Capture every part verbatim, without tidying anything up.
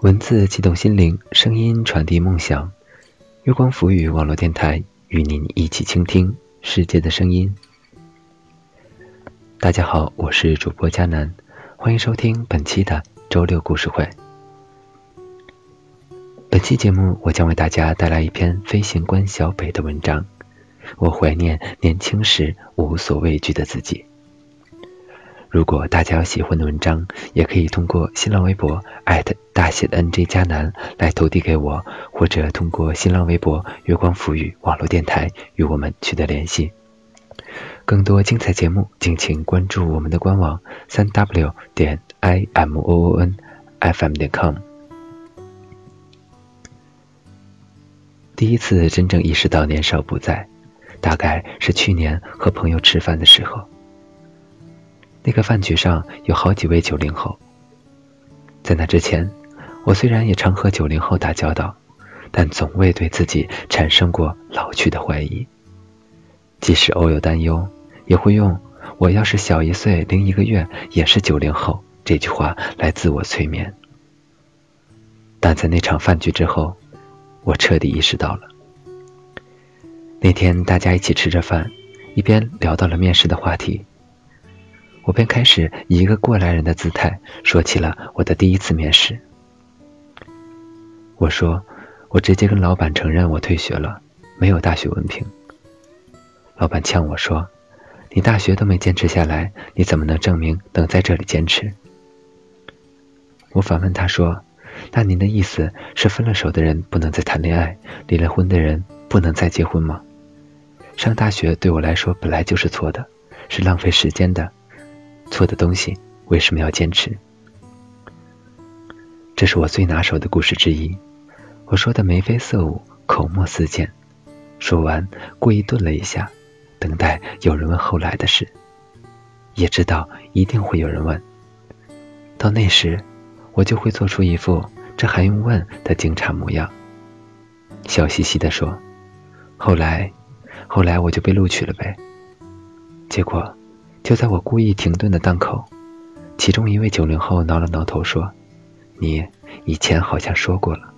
文字激动心灵，声音传递梦想。月光浮语网络电台与您一起倾听世界的声音。大家好，我是主播佳南，欢迎收听本期的周六故事会。本期节目我将为大家带来一篇飞行官小北的文章，我怀念年轻时无所畏惧的自己。如果大家有喜欢的文章，也可以通过新浪微博艾特大写的 N J 加南来投递给我，或者通过新浪微博月光浮语网络电台与我们取得联系。更多精彩节目敬请关注我们的官网 三 w 点 i m o o n f m 点 com。 第一次真正意识到年少不在，大概是去年和朋友吃饭的时候。那个饭局上有好几位九零后，在那之前，我虽然也常和九零后打交道，但总未对自己产生过老去的怀疑。即使偶有担忧，也会用“我要是小一岁零一个月也是九零后”这句话来自我催眠。但在那场饭局之后，我彻底意识到了。那天大家一起吃着饭，一边聊到了面试的话题，我便开始以一个过来人的姿态说起了我的第一次面试。我说，我直接跟老板承认我退学了，没有大学文凭。老板呛我说，你大学都没坚持下来，你怎么能证明能在这里坚持？我反问他说，那您的意思是分了手的人不能再谈恋爱，离了婚的人不能再结婚吗？上大学对我来说本来就是错的，是浪费时间的，错的东西为什么要坚持？这是我最拿手的故事之一，我说的眉飞色舞，口沫四溅。说完故意顿了一下，等待有人问后来的事，也知道一定会有人问。到那时我就会做出一副这还用问的惊诧模样，笑嘻嘻地说，后来后来我就被录取了呗。结果就在我故意停顿的当口，其中一位九零后挠了挠头说，你以前好像说过了。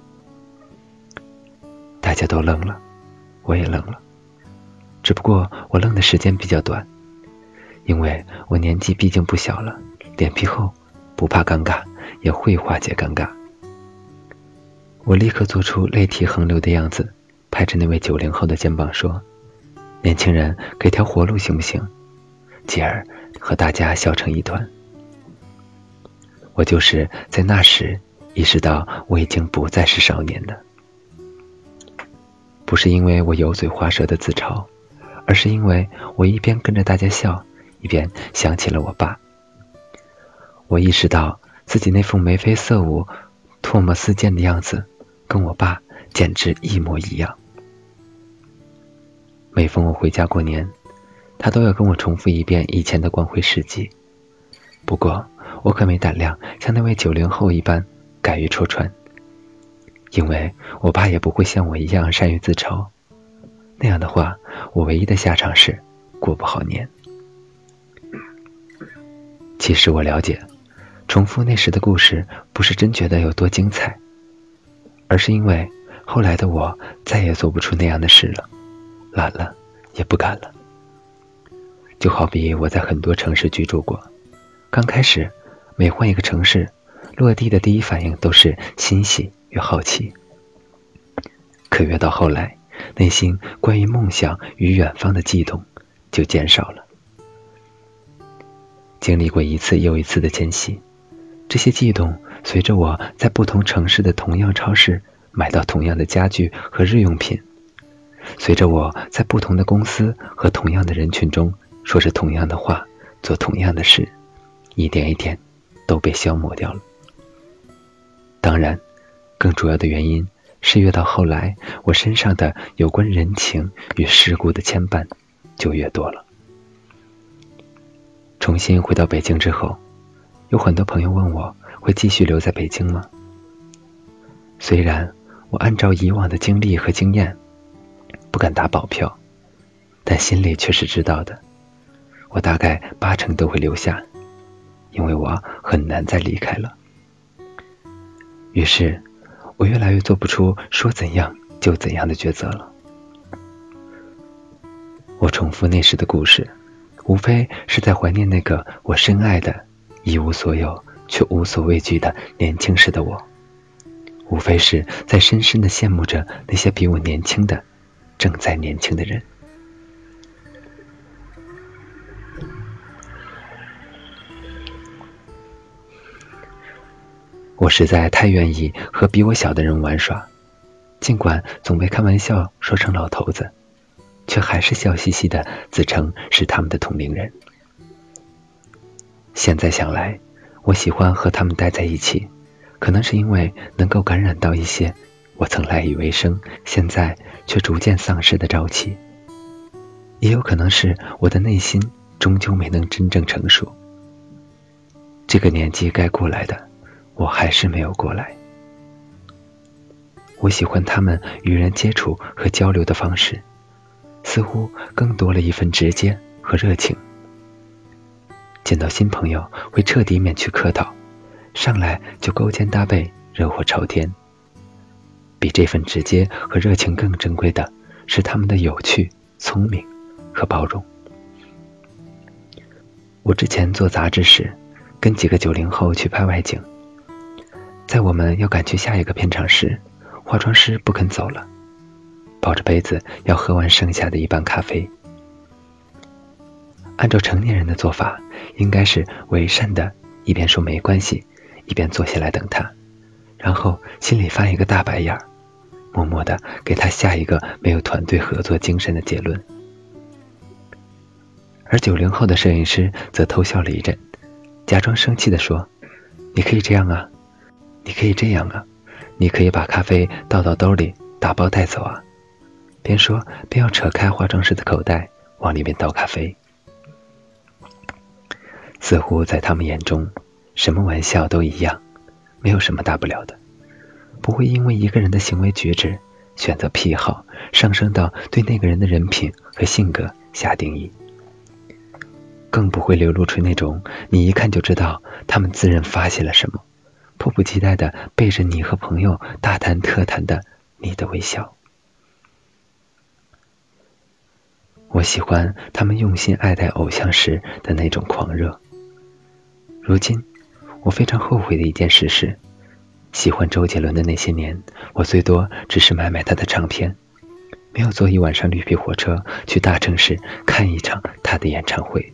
大家都愣了，我也愣了，只不过我愣的时间比较短，因为我年纪毕竟不小了，脸皮厚，不怕尴尬，也会化解尴尬。我立刻做出泪涕横流的样子，拍着那位九零后的肩膀说，年轻人给条活路行不行？继而和大家笑成一团。我就是在那时意识到我已经不再是少年的，不是因为我油嘴滑舌的自嘲，而是因为我一边跟着大家笑，一边想起了我爸。我意识到自己那副眉飞色舞、唾沫四溅的样子，跟我爸简直一模一样。每逢我回家过年，他都要跟我重复一遍以前的光辉事迹。不过我可没胆量像那位九零后一般敢于戳穿，因为我爸也不会像我一样善于自嘲，那样的话我唯一的下场是过不好年。其实我了解，重复那时的故事不是真觉得有多精彩，而是因为后来的我再也做不出那样的事了，懒了，也不敢了。就好比我在很多城市居住过，刚开始每换一个城市，落地的第一反应都是欣喜与好奇，可越到后来，内心关于梦想与远方的悸动就减少了。经历过一次又一次的迁徙，这些悸动随着我在不同城市的同样超市买到同样的家具和日用品，随着我在不同的公司和同样的人群中说着同样的话，做同样的事，一点一点都被消磨掉了。当然，更主要的原因是越到后来，我身上的有关人情与世故的牵绊就越多了。重新回到北京之后，有很多朋友问我会继续留在北京吗？虽然我按照以往的经历和经验不敢打保票，但心里却是知道的，我大概八成都会留下，因为我很难再离开了。 于是我越来越做不出说怎样就怎样的抉择了。我重复那时的故事，无非是在怀念那个我深爱的一无所有却无所畏惧的年轻时的我，无非是在深深地羡慕着那些比我年轻的正在年轻的人。我实在太愿意和比我小的人玩耍，尽管总被开玩笑说成老头子，却还是笑嘻嘻地自称是他们的同龄人。现在想来，我喜欢和他们待在一起，可能是因为能够感染到一些我曾赖以为生，现在却逐渐丧失的朝气，也有可能是我的内心终究没能真正成熟。这个年纪该过来的，我还是没有过来。我喜欢他们与人接触和交流的方式，似乎更多了一份直接和热情。见到新朋友会彻底免去客套，上来就勾肩搭背，热火朝天。比这份直接和热情更珍贵的是他们的有趣、聪明和包容。我之前做杂志时，跟几个九零后去拍外景，在我们要赶去下一个片场时，化妆师不肯走了，抱着杯子要喝完剩下的一半咖啡。按照成年人的做法，应该是伪善的一边说没关系，一边坐下来等他，然后心里翻一个大白眼，默默地给他下一个没有团队合作精神的结论。而九零后的摄影师则偷笑了一阵，假装生气地说：你可以这样啊，你可以这样啊，你可以把咖啡倒到兜里，打包带走啊。边说边要扯开化妆师的口袋，往里面倒咖啡。似乎在他们眼中，什么玩笑都一样，没有什么大不了的，不会因为一个人的行为举止、选择癖好，上升到对那个人的人品和性格下定义，更不会流露出那种你一看就知道他们自认发现了什么，迫不及待地背着你和朋友大谈特谈的你的微笑。我喜欢他们用心爱戴偶像时的那种狂热。如今我非常后悔的一件事是，喜欢周杰伦的那些年，我最多只是买买他的唱片，没有坐一晚上绿皮火车去大城市看一场他的演唱会。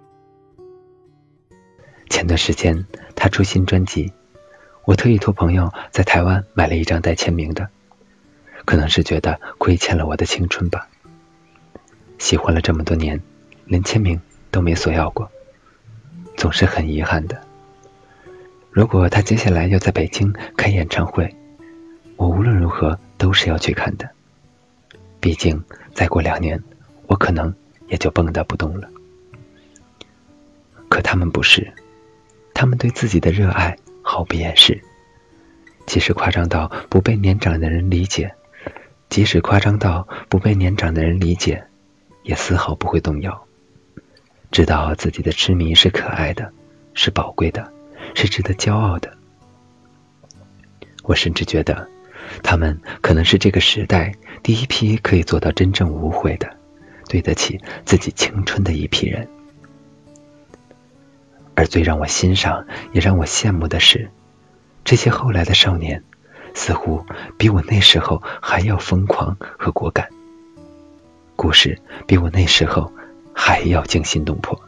前段时间他出新专辑，我特意托朋友在台湾买了一张带签名的，可能是觉得亏欠了我的青春吧。喜欢了这么多年，连签名都没索要过，总是很遗憾的。如果他接下来要在北京开演唱会，我无论如何都是要去看的。毕竟再过两年，我可能也就蹦跶不动了。可他们不是，他们对自己的热爱毫不掩饰，即使夸张到不被年长的人理解，即使夸张到不被年长的人理解，也丝毫不会动摇。知道自己的痴迷是可爱的，是宝贵的，是值得骄傲的。我甚至觉得，他们可能是这个时代第一批可以做到真正无悔的，对得起自己青春的一批人。而最让我欣赏也让我羡慕的是，这些后来的少年似乎比我那时候还要疯狂和果敢，故事比我那时候还要惊心动魄。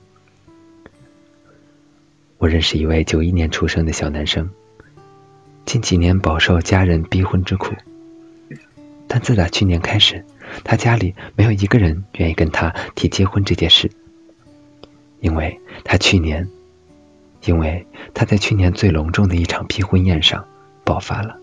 我认识一位九一年出生的小男生，近几年饱受家人逼婚之苦，但自打去年开始，他家里没有一个人愿意跟他提结婚这件事，因为他去年因为他在去年最隆重的一场批婚宴上爆发了。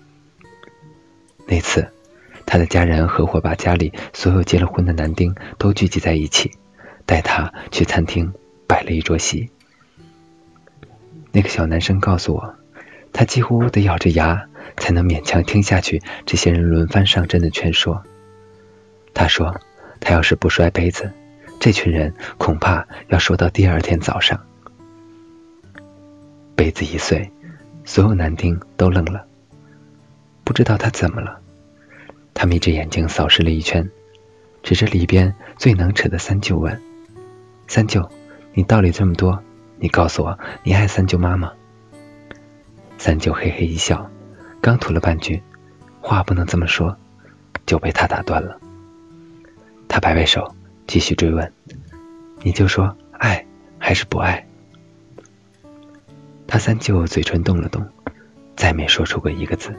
那次他的家人合伙把家里所有结了婚的男丁都聚集在一起，带他去餐厅摆了一桌席。那个小男生告诉我，他几乎得咬着牙才能勉强听下去这些人轮番上阵的劝说。他说，他要是不摔杯子，这群人恐怕要说到第二天早上。杯子一碎， 所有男丁都愣了，不知道他怎么了。他眯着眼睛扫视了一圈，指着里边最能扯的三舅问：三舅，你道理这么多，你告诉我，你爱三舅妈吗？三舅嘿嘿一笑，刚吐了半句话不能这么说，就被他打断了。他摆摆手，继续追问：你就说爱还是不爱？他三舅嘴唇动了动，再没说出过一个字。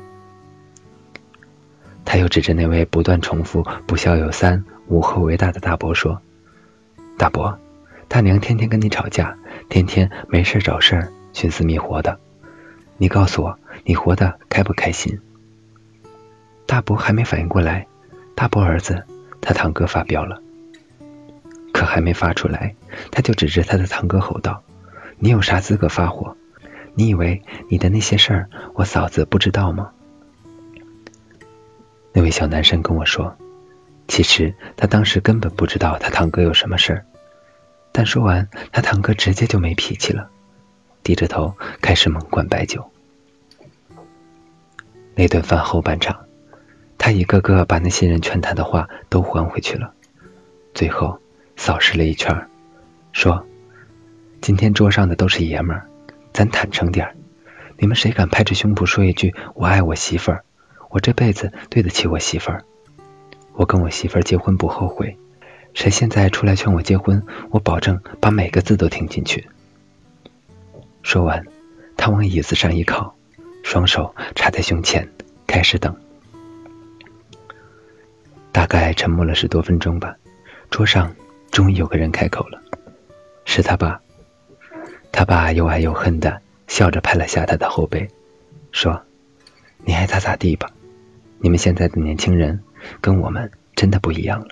他又指着那位不断重复不孝有三，无后为大的大伯说：大伯，大娘天天跟你吵架，天天没事找事儿，寻死觅活的，你告诉我，你活得开不开心？大伯还没反应过来，大伯儿子他堂哥发飙了，可还没发出来，他就指着他的堂哥吼道：你有啥资格发火？你以为你的那些事儿我嫂子不知道吗？那位小男生跟我说，其实他当时根本不知道他堂哥有什么事儿，但说完他堂哥直接就没脾气了，低着头开始猛灌白酒。那顿饭后半场，他一个个把那些人劝他的话都还回去了，最后扫视了一圈，说：今天桌上的都是爷们儿，咱坦诚点儿，你们谁敢拍着胸脯说一句我爱我媳妇儿，我这辈子对得起我媳妇儿，我跟我媳妇儿结婚不后悔，谁现在出来劝我结婚，我保证把每个字都听进去。说完，他往椅子上一靠，双手插在胸前，开始等。大概沉默了十多分钟吧，桌上终于有个人开口了，是他爸。他爸又爱又恨的笑着拍了下他的后背，说：你爱他咋地吧，你们现在的年轻人跟我们真的不一样了。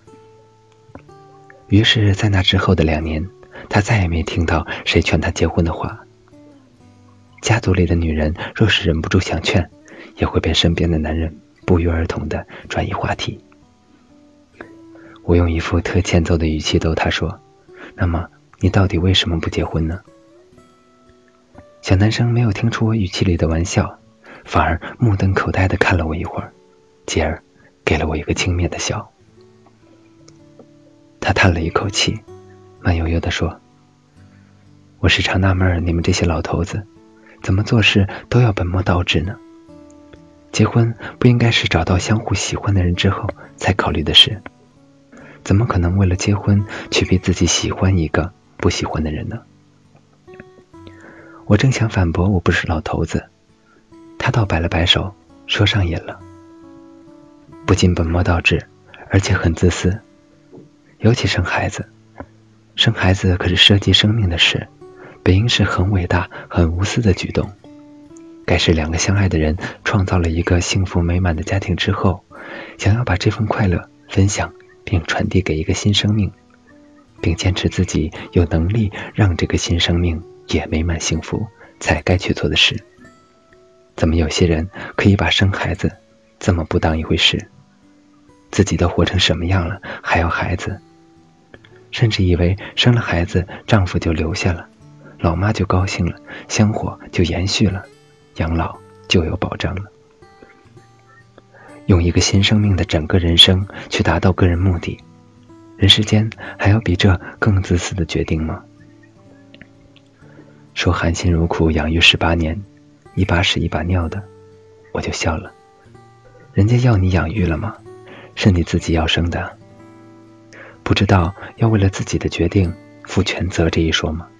于是在那之后的两年，他再也没听到谁劝他结婚的话。家族里的女人若是忍不住想劝，也会被身边的男人不约而同地转移话题。我用一副特欠揍的语气逗他说：那么你到底为什么不结婚呢？小男生没有听出我语气里的玩笑，反而目瞪口呆地看了我一会儿，继而给了我一个轻蔑的笑。他叹了一口气，慢悠悠地说：我时常纳闷你们这些老头子怎么做事都要本末倒置呢？结婚不应该是找到相互喜欢的人之后才考虑的事，怎么可能为了结婚去逼自己喜欢一个不喜欢的人呢？我正想反驳我不是老头子，他倒摆了摆手，说上瘾了。不仅本末倒置，而且很自私，尤其生孩子，生孩子可是涉及生命的事，本应是很伟大很无私的举动，该是两个相爱的人创造了一个幸福美满的家庭之后，想要把这份快乐分享并传递给一个新生命，并坚持自己有能力让这个新生命也美满幸福才该去做的事。怎么有些人可以把生孩子这么不当一回事？自己都活成什么样了，还要孩子？甚至以为生了孩子丈夫就留下了，老妈就高兴了，香火就延续了，养老就有保障了。用一个新生命的整个人生去达到个人目的，人世间还有比这更自私的决定吗？说含辛茹苦养育十八年，一把屎一把尿的，我就笑了。人家要你养育了吗？是你自己要生的，不知道要为了自己的决定负全责这一说吗？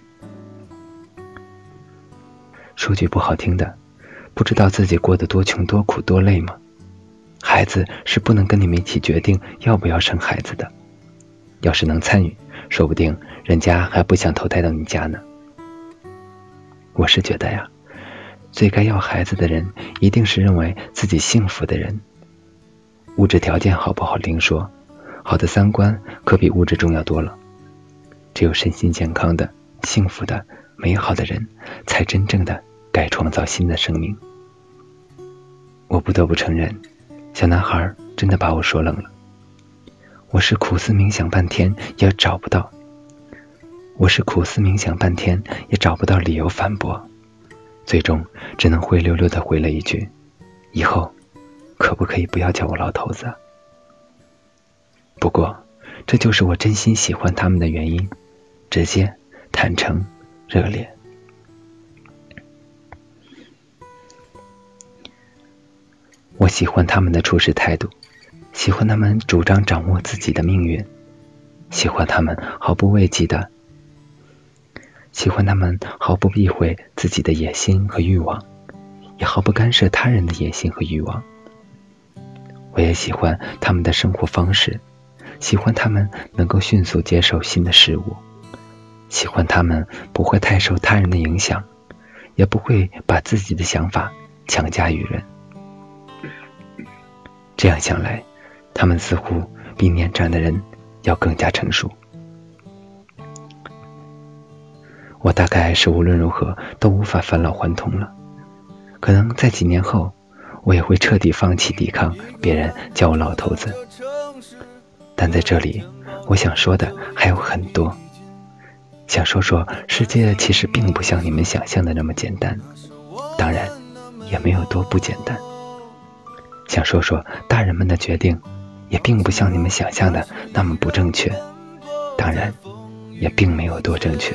说句不好听的，不知道自己过得多穷多苦多累吗？孩子是不能跟你们一起决定要不要生孩子的，要是能参与，说不定人家还不想投胎到你家呢。我是觉得呀，最该要孩子的人一定是认为自己幸福的人。物质条件好不好另说，好的三观可比物质重要多了。只有身心健康的、幸福的、美好的人，才真正的该创造新的生命。我不得不承认，小男孩真的把我说愣了。我是苦思冥想半天也找不到，我是苦思冥想半天也找不到理由反驳， 最终只能灰溜溜地回了一句，以后可不可以不要叫我老头子？不过这就是我真心喜欢他们的原因，直接、坦诚、热烈。我喜欢他们的处事态度，喜欢他们主张掌握自己的命运，喜欢他们毫不畏惧的喜欢他们毫不避讳自己的野心和欲望，也毫不干涉他人的野心和欲望。我也喜欢他们的生活方式，喜欢他们能够迅速接受新的事物，喜欢他们不会太受他人的影响，也不会把自己的想法强加于人。这样想来，他们似乎比年长的人要更加成熟。我大概是无论如何都无法返老还童了，可能在几年后，我也会彻底放弃抵抗别人叫我老头子。但在这里，我想说的还有很多，想说说世界其实并不像你们想象的那么简单，当然也没有多不简单。想说说大人们的决定也并不像你们想象的那么不正确，当然也并没有多正确。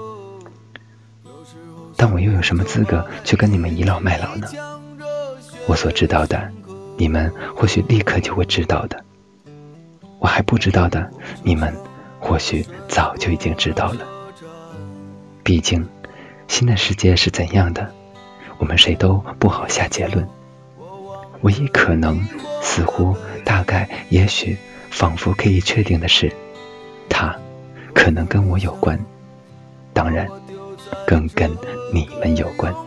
但我又有什么资格去跟你们倚老卖老呢？我所知道的，你们或许立刻就会知道的，我还不知道的，你们或许早就已经知道了。毕竟新的世界是怎样的，我们谁都不好下结论。唯一可能、似乎、大概、也许、仿佛可以确定的是，它可能跟我有关，当然更跟你们有关。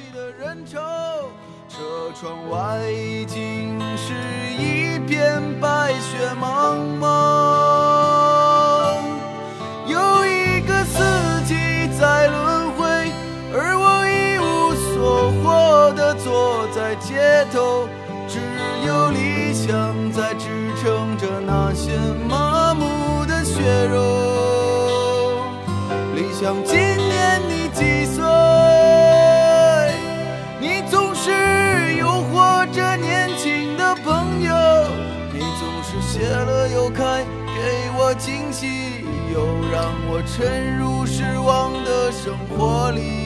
车窗外已经是一片白雪茫茫，有一个四季在轮回，而我一无所获地坐在街头，只有理想在支撑着那些麻木的血肉。理想今年你几岁？你总是诱惑着年轻的朋友，你总是谢了又开，给我惊喜，又让我沉入失望的生活里。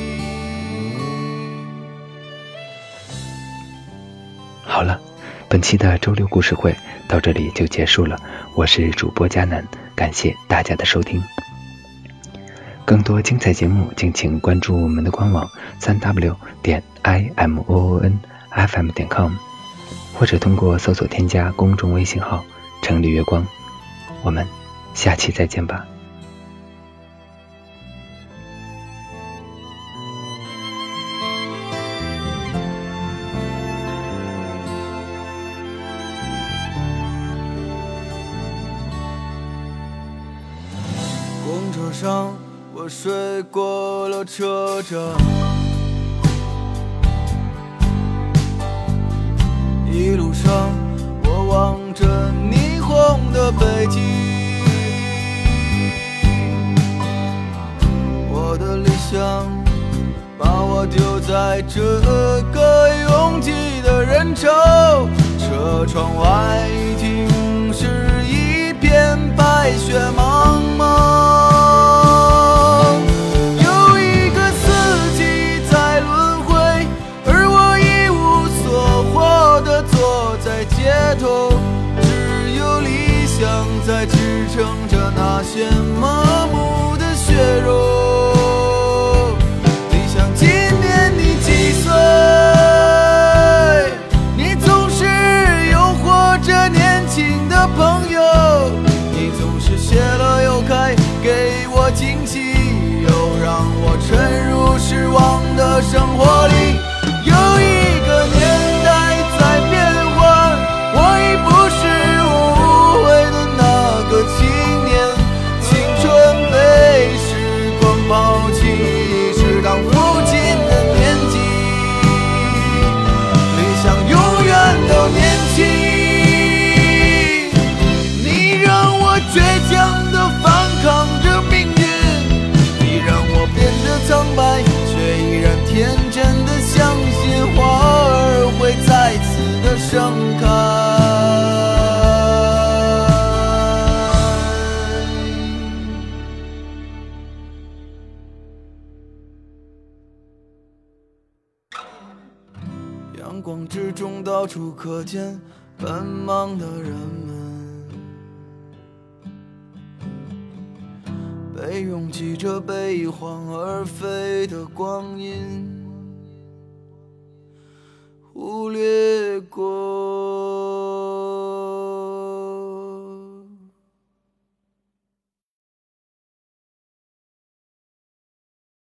好了，本期的周六故事会到这里就结束了，我是主播佳楠，感谢大家的收听。更多精彩节目敬请关注我们的官网 三 w 点 i m o o n f m 点 com， 或者通过搜索添加公众微信号城里月光。我们下期再见吧。 公车上我睡过了车站，一路上我望着霓虹的北京，我的理想把我丢在这个拥挤的人潮，车窗外已经是一片白雪茫茫，只有理想在支撑着那些麻木的血肉。理想今年你几岁？你总是诱惑着年轻的朋友，你总是谢了又开，给我惊喜，又让我沉入失望的生活里。有一个年代在变换，我已不是我误会的那个青年，青春被时光抛弃，是当父亲的年纪，理想永远都年轻。你让我倔强地反抗着命运，你让我变得苍白，却依然天真阳光之中到处可见奔忙的人们，被拥挤着被晃而飞的光阴忽略过。